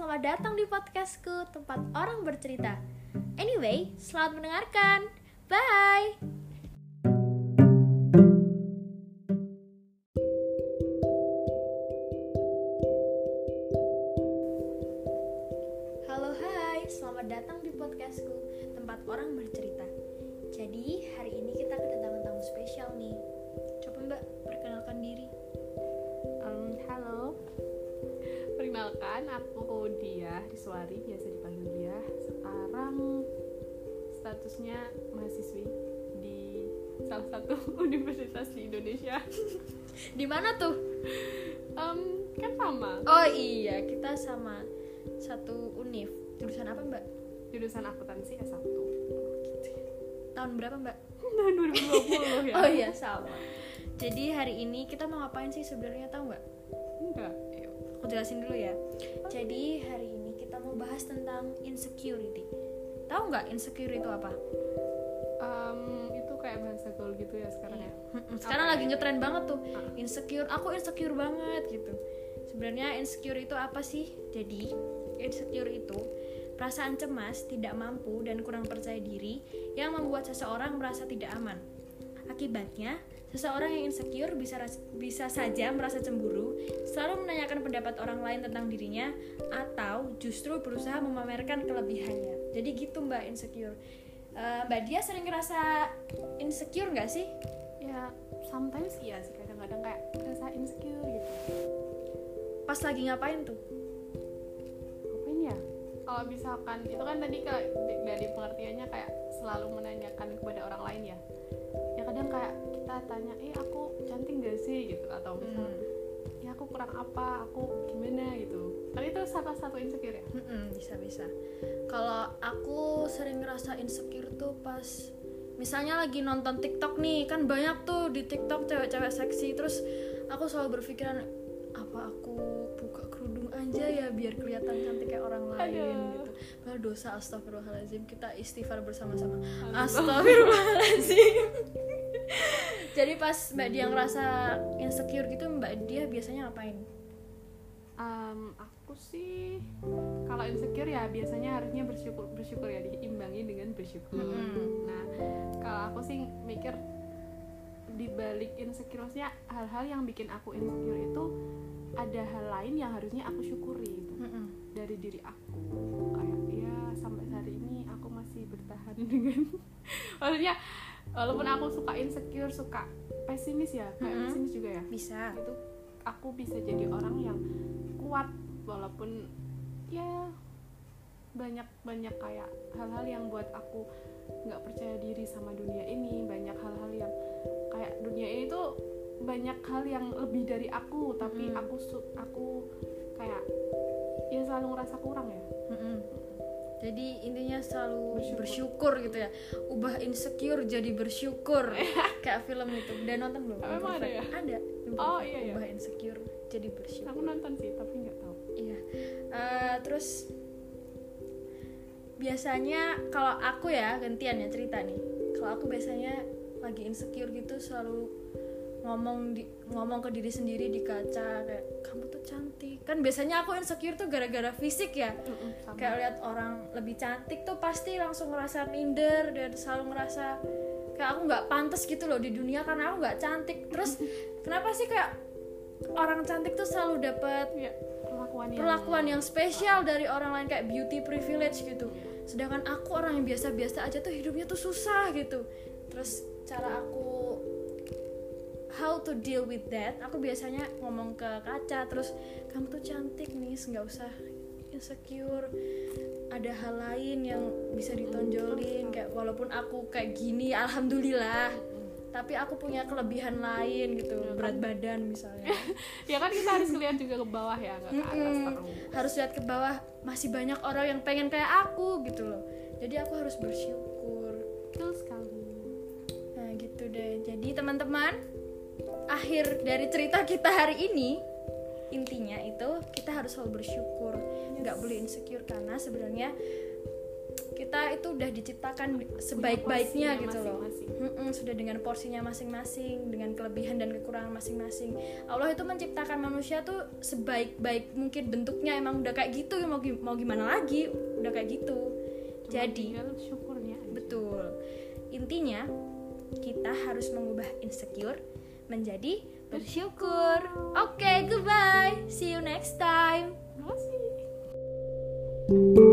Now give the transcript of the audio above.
selamat datang di podcastku, tempat orang bercerita. Anyway, selamat mendengarkan. Bye. Halo, hai, selamat datang di podcastku, tempat orang bercerita. Jadi, hari ini kita kedatangan tamu spesial nih. Coba Mbak, perkenalkan diri. Halo, perkenalkan aku Diah Riswari, biasa dipanggil Diah. Sekarang statusnya mahasiswi di salah satu universitas di Indonesia. Di mana tuh? Kan sama. Oh iya, kita sama satu univ. Jurusan apa Mbak? Jurusan akuntansi S1. Tahun berapa Mbak? Tahun 2020 ya. Oh iya, sama. Jadi hari ini kita mau ngapain sih sebenarnya, tahu nggak? Enggak. Aku jelasin dulu ya. Jadi hari ini kita mau bahas tentang insecurity. Tahu nggak insecure itu apa? Itu kayak bahasa gaul gitu ya sekarang ya. Sekarang Apa lagi ya? ngetren banget tuh. Insecure, aku insecure banget gitu. Sebenarnya insecure itu apa sih? Jadi insecure itu perasaan cemas, tidak mampu dan kurang percaya diri yang membuat seseorang merasa tidak aman. Akibatnya, seseorang yang insecure bisa saja merasa cemburu, selalu menanyakan pendapat orang lain tentang dirinya, atau justru berusaha memamerkan kelebihannya. Jadi gitu Mbak, insecure. Mbak Dia sering ngerasa insecure nggak sih? Ya, sometimes iya sih, kadang-kadang kayak rasa insecure gitu. Pas lagi ngapain tuh? Ngapain ya? Kalau misalkan itu kan tadi dari pengertiannya kayak selalu menanyakan kepada orang lain ya. Ya kadang kayak kita tanya, aku cantik gak sih gitu, atau misalnya ya aku kurang apa, aku gimana gitu. Kan itu salah satu insecure ya. Bisa. Kalau aku sering ngerasa insecure tuh pas misalnya lagi nonton TikTok nih, kan banyak tuh di TikTok cewek-cewek seksi, terus aku selalu berpikiran, apa aku buka kerudung aja ya biar kelihatan cantik kayak orang lain gitu. Padahal dosa, astagfirullahaladzim, kita istighfar bersama-sama. Astagfirullahaladzim. Jadi pas Mbak Dia ngerasa insecure gitu, Mbak Dia biasanya ngapain? Aku sih kalau insecure ya biasanya harusnya bersyukur ya, diimbangi dengan bersyukur. Nah, kalau aku sih mikir di balik insecure-nya, hal-hal yang bikin aku insecure itu ada hal lain yang harusnya aku syukuri itu dari diri aku. Kayak ya sampai hari ini aku masih bertahan dengan maksudnya walaupun aku suka insecure, suka pesimis ya, kayak pesimis juga ya. Bisa. Itu aku bisa jadi orang yang kuat walaupun ya banyak kayak hal-hal yang buat aku nggak percaya diri sama dunia ini. Banyak hal-hal yang kayak dunia ini tuh banyak hal yang lebih dari aku, tapi aku kayak ya selalu ngerasa kurang ya. Jadi intinya selalu bersyukur gitu ya. Ubah insecure jadi bersyukur. Kayak film itu. Udah nonton belum? Emang ada ya? Ada. Oh iya. Ubah insecure jadi bersyukur. Aku nonton sih tapi nggak tahu. Iya. Terus biasanya kalau aku ya gantian ya cerita nih. Kalau aku biasanya lagi insecure gitu selalu ngomong ke diri sendiri di kaca kayak, kamu tuh cantik. Kan biasanya aku insecure tuh gara-gara fisik ya. Kayak lihat orang lebih cantik tuh pasti langsung ngerasa minder dan selalu ngerasa kayak aku nggak pantas gitu loh di dunia karena aku nggak cantik. Terus kenapa sih kayak orang cantik tuh selalu dapat perlakuan yang spesial dari orang lain, kayak beauty privilege gitu. Sedangkan aku orang yang biasa-biasa aja tuh hidupnya tuh susah gitu. Terus cara aku how to deal with that, aku biasanya ngomong ke kaca, terus kamu tuh cantik nih, nggak usah insecure, ada hal lain yang bisa ditonjolin. Kayak walaupun aku kayak gini, alhamdulillah, tapi aku punya kelebihan lain gitu, berat badan misalnya. Ya kan kita harus lihat juga ke bawah ya, nggak ke atas terus. Harus lihat ke bawah, masih banyak orang yang pengen kayak aku gitu loh. Jadi aku harus bersyukur. Betul sekali. Nah gitu deh. Jadi teman-teman, akhir dari cerita kita hari ini, intinya itu kita harus selalu bersyukur, nggak boleh insecure, karena sebenarnya kita kita itu udah diciptakan sebaik-baiknya gitu loh. masing-masing. Sudah dengan porsinya masing-masing, dengan kelebihan dan kekurangan masing-masing. Allah itu menciptakan manusia tuh sebaik-baik mungkin bentuknya, emang udah kayak gitu, mau gimana lagi, udah kayak gitu. Jadi syukurnya aja. betul, intinya kita harus mengubah insecure menjadi bersyukur. Oke, goodbye, see you next time. Terima kasih.